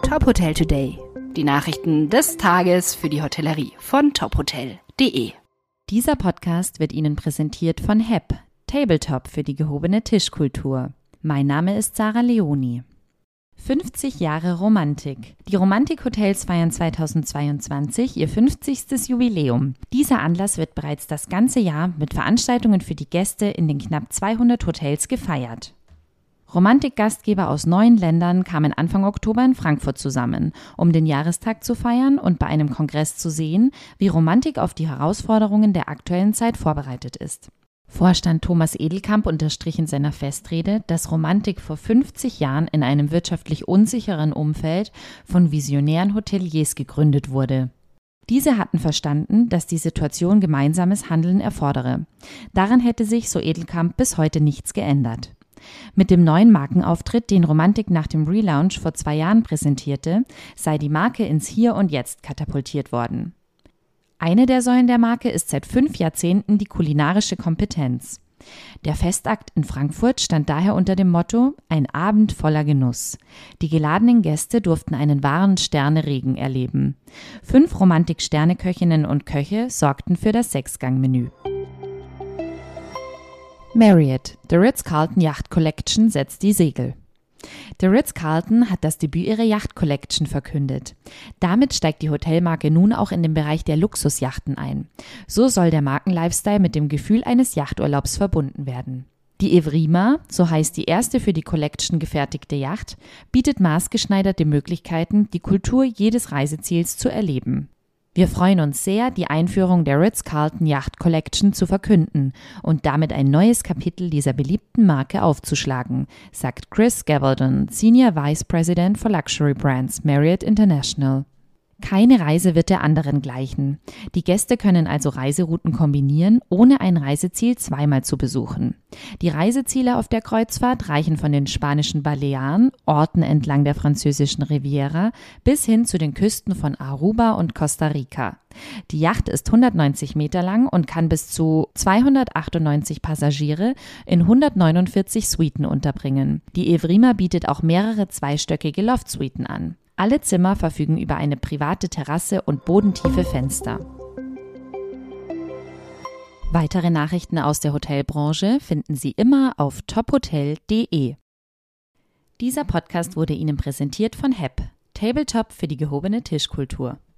Top Hotel Today. Die Nachrichten des Tages für die Hotellerie von tophotel.de. Dieser Podcast wird Ihnen präsentiert von HEP, Tabletop für die gehobene Tischkultur. Mein Name ist Sarah Leoni. 50 Jahre Romantik. Die Romantik-Hotels feiern 2022 ihr 50. Jubiläum. Dieser Anlass wird bereits das ganze Jahr mit Veranstaltungen für die Gäste in den knapp 200 Hotels gefeiert. Romantik-Gastgeber aus 9 Ländern kamen Anfang Oktober in Frankfurt zusammen, um den Jahrestag zu feiern und bei einem Kongress zu sehen, wie Romantik auf die Herausforderungen der aktuellen Zeit vorbereitet ist. Vorstand Thomas Edelkamp unterstrich in seiner Festrede, dass Romantik vor 50 Jahren in einem wirtschaftlich unsicheren Umfeld von visionären Hoteliers gegründet wurde. Diese hatten verstanden, dass die Situation gemeinsames Handeln erfordere. Daran hätte sich, so Edelkamp, bis heute nichts geändert. Mit dem neuen Markenauftritt, den Romantik nach dem Relaunch vor 2 Jahren präsentierte, sei die Marke ins Hier und Jetzt katapultiert worden. Eine der Säulen der Marke ist seit 5 Jahrzehnten die kulinarische Kompetenz. Der Festakt in Frankfurt stand daher unter dem Motto »Ein Abend voller Genuss«. Die geladenen Gäste durften einen wahren Sterneregen erleben. 5 Romantik-Sterneköchinnen und Köche sorgten für das 6-Gang-Menü. Marriott, The Ritz-Carlton Yacht Collection setzt die Segel. Der Ritz-Carlton hat das Debüt ihrer Yacht Collection verkündet. Damit steigt die Hotelmarke nun auch in den Bereich der Luxusjachten ein. So soll der Markenlifestyle mit dem Gefühl eines Yachturlaubs verbunden werden. Die Evrima, so heißt die erste für die Collection gefertigte Yacht, bietet maßgeschneiderte Möglichkeiten, die Kultur jedes Reiseziels zu erleben. Wir freuen uns sehr, die Einführung der Ritz-Carlton Yacht Collection zu verkünden und damit ein neues Kapitel dieser beliebten Marke aufzuschlagen, sagt Chris Gavaldon, Senior Vice President for Luxury Brands, Marriott International. Keine Reise wird der anderen gleichen. Die Gäste können also Reiserouten kombinieren, ohne ein Reiseziel zweimal zu besuchen. Die Reiseziele auf der Kreuzfahrt reichen von den spanischen Balearen, Orten entlang der französischen Riviera, bis hin zu den Küsten von Aruba und Costa Rica. Die Yacht ist 190 Meter lang und kann bis zu 298 Passagiere in 149 Suiten unterbringen. Die Evrima bietet auch mehrere zweistöckige Loftsuiten an. Alle Zimmer verfügen über eine private Terrasse und bodentiefe Fenster. Weitere Nachrichten aus der Hotelbranche finden Sie immer auf tophotel.de. Dieser Podcast wurde Ihnen präsentiert von HEP, Tabletop für die gehobene Tischkultur.